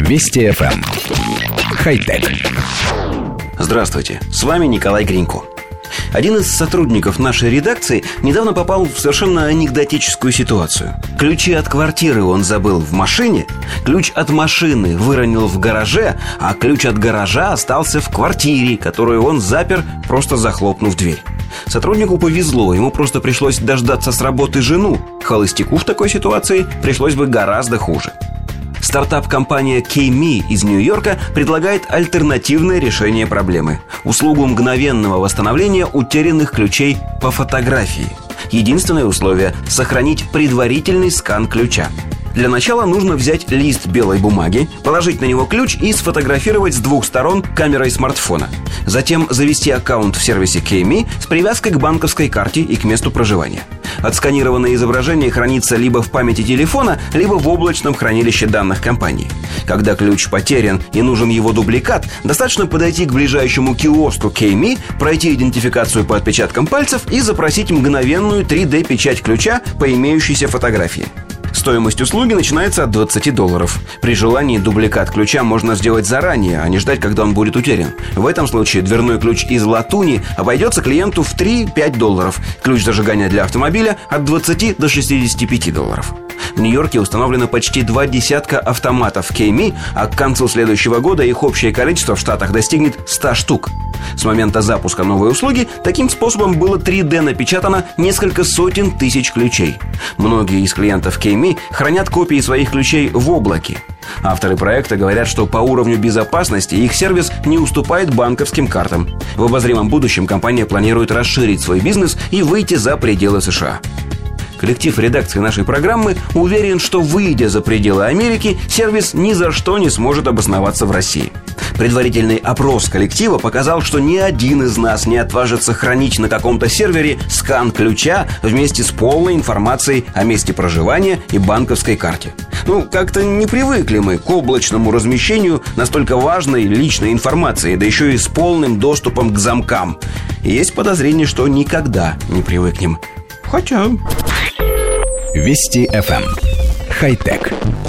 Вести ФМ. Хай-тек. Здравствуйте, с вами Николай Гринько. Один из сотрудников нашей редакции недавно попал в совершенно анекдотическую ситуацию. Ключи от квартиры он забыл в машине, ключ от машины выронил в гараже, а ключ от гаража остался в квартире, которую он запер, просто захлопнув дверь. Сотруднику повезло, ему просто пришлось дождаться с работы жену. Холостяку в такой ситуации пришлось бы гораздо хуже. Стартап-компания KeyMe из Нью-Йорка предлагает альтернативное решение проблемы – услугу мгновенного восстановления утерянных ключей по фотографии. Единственное условие – сохранить предварительный скан ключа. Для начала нужно взять лист белой бумаги, положить на него ключ и сфотографировать с двух сторон камерой смартфона. Затем завести аккаунт в сервисе KeyMe с привязкой к банковской карте и к месту проживания. Отсканированное изображение хранится либо в памяти телефона, либо в облачном хранилище данных компании. Когда ключ потерян и нужен его дубликат, достаточно подойти к ближайшему киоску KeyMe, пройти идентификацию по отпечаткам пальцев и запросить мгновенную 3D-печать ключа по имеющейся фотографии. Стоимость услуги начинается от $20. При желании дубликат ключа можно сделать заранее, а не ждать, когда он будет утерян. В этом случае дверной ключ из латуни обойдется клиенту в $3-5. Ключ зажигания для автомобиля от $20 до $65. В Нью-Йорке установлено почти 20 автоматов KeyMe, а к концу следующего года их общее количество в Штатах достигнет 100 штук. С момента запуска новой услуги таким способом было 3D напечатано несколько сотен тысяч ключей. Многие из клиентов KeyMe хранят копии своих ключей в облаке. Авторы проекта говорят, что по уровню безопасности их сервис не уступает банковским картам. В обозримом будущем компания планирует расширить свой бизнес и выйти за пределы США. Коллектив редакции нашей программы уверен, что, выйдя за пределы Америки, сервис ни за что не сможет обосноваться в России. Предварительный опрос коллектива показал, что ни один из нас не отважится хранить на каком-то сервере скан ключа вместе с полной информацией о месте проживания и банковской карте. Как-то не привыкли мы к облачному размещению настолько важной личной информации, да еще и с полным доступом к замкам. И есть подозрение, что никогда не привыкнем. Хотя... Вести ФМ. Хай-тек.